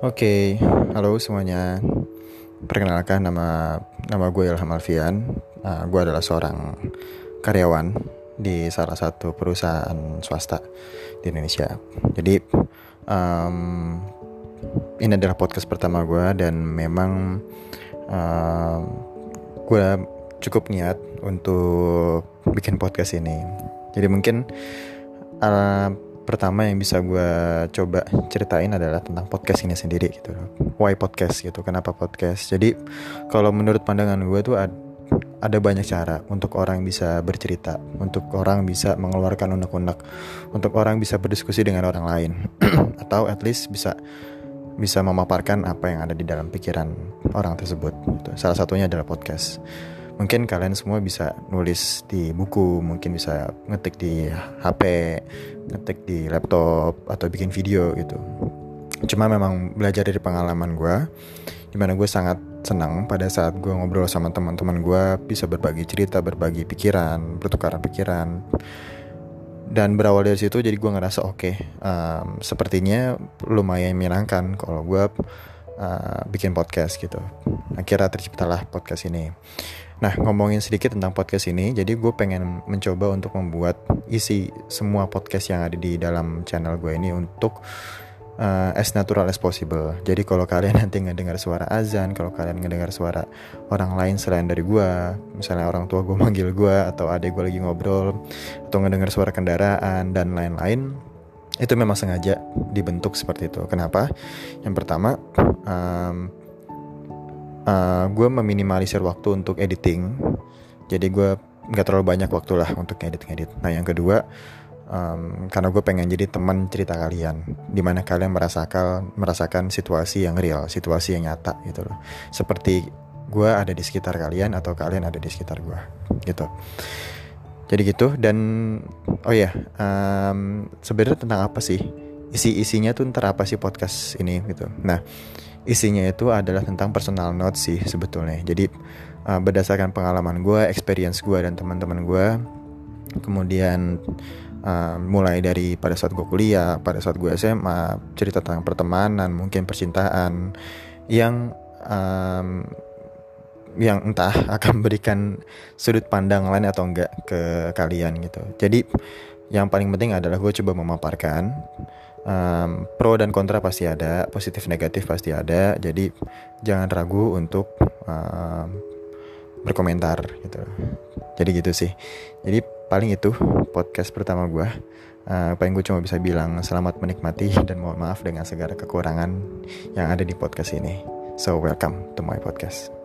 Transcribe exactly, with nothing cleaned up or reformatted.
Oke, halo semuanya. Perkenalkan nama nama gue Ilham Alfian. Uh, gue adalah seorang karyawan di salah satu perusahaan swasta di Indonesia. Jadi um, ini adalah podcast pertama gue dan memang uh, gue cukup niat untuk bikin podcast ini. Jadi mungkin uh, pertama yang bisa gue coba ceritain adalah tentang podcast ini sendiri gitu. Why podcast gitu, kenapa podcast. Jadi kalau menurut pandangan gue tuh ad, ada banyak cara untuk orang bisa bercerita, untuk orang bisa mengeluarkan unek-unek, untuk orang bisa berdiskusi dengan orang lain atau at least bisa bisa memaparkan apa yang ada di dalam pikiran orang tersebut gitu. Salah satunya adalah podcast. Mungkin kalian semua bisa nulis di buku, mungkin bisa ngetik di H P, ngetik di laptop, atau bikin video gitu. Cuma memang belajar dari pengalaman gue, dimana gue sangat senang pada saat gue ngobrol sama teman-teman gue, bisa berbagi cerita, berbagi pikiran, bertukar pikiran. Dan berawal dari situ jadi gue ngerasa oke, okay, um, sepertinya lumayan menyenangkan kalau gue uh, bikin podcast gitu. Akhirnya terciptalah podcast ini. Nah, ngomongin sedikit tentang podcast ini, jadi gue pengen mencoba untuk membuat isi semua podcast yang ada di dalam channel gue ini untuk uh, as natural as possible. Jadi kalau kalian nanti ngedengar suara azan, kalau kalian ngedengar suara orang lain selain dari gue, misalnya orang tua gue manggil gue, atau adik gue lagi ngobrol, atau ngedengar suara kendaraan, dan lain-lain, itu memang sengaja dibentuk seperti itu. Kenapa? Yang pertama, um, Uh, gue meminimalisir waktu untuk editing. Jadi gue gak terlalu banyak waktu lah untuk ngedit-ngedit. Nah yang kedua, um, karena gue pengen jadi teman cerita kalian, dimana kalian merasakan merasakan situasi yang real, situasi yang nyata gitu loh. Seperti gue ada di sekitar kalian atau kalian ada di sekitar gue gitu. Jadi gitu. Dan oh ya, um, sebenarnya tentang apa sih isi-isinya tuh, ntar apa sih podcast ini gitu. Nah, isinya itu adalah tentang personal notes sih sebetulnya. Jadi uh, berdasarkan pengalaman gue, experience gue dan teman-teman gue, kemudian uh, mulai dari pada saat gue kuliah, pada saat gue S M A, cerita tentang pertemanan, mungkin percintaan, yang um, yang entah akan berikan sudut pandang lain atau enggak ke kalian gitu. Jadi yang paling penting adalah gue coba memaparkan. Um, pro dan kontra pasti ada, positif negatif pasti ada. Jadi jangan ragu untuk um, berkomentar gitu. Jadi gitu sih. Jadi paling itu podcast pertama gue. uh, Paling gue cuma bisa bilang selamat menikmati dan mohon maaf dengan segala kekurangan yang ada di podcast ini. So welcome to my podcast.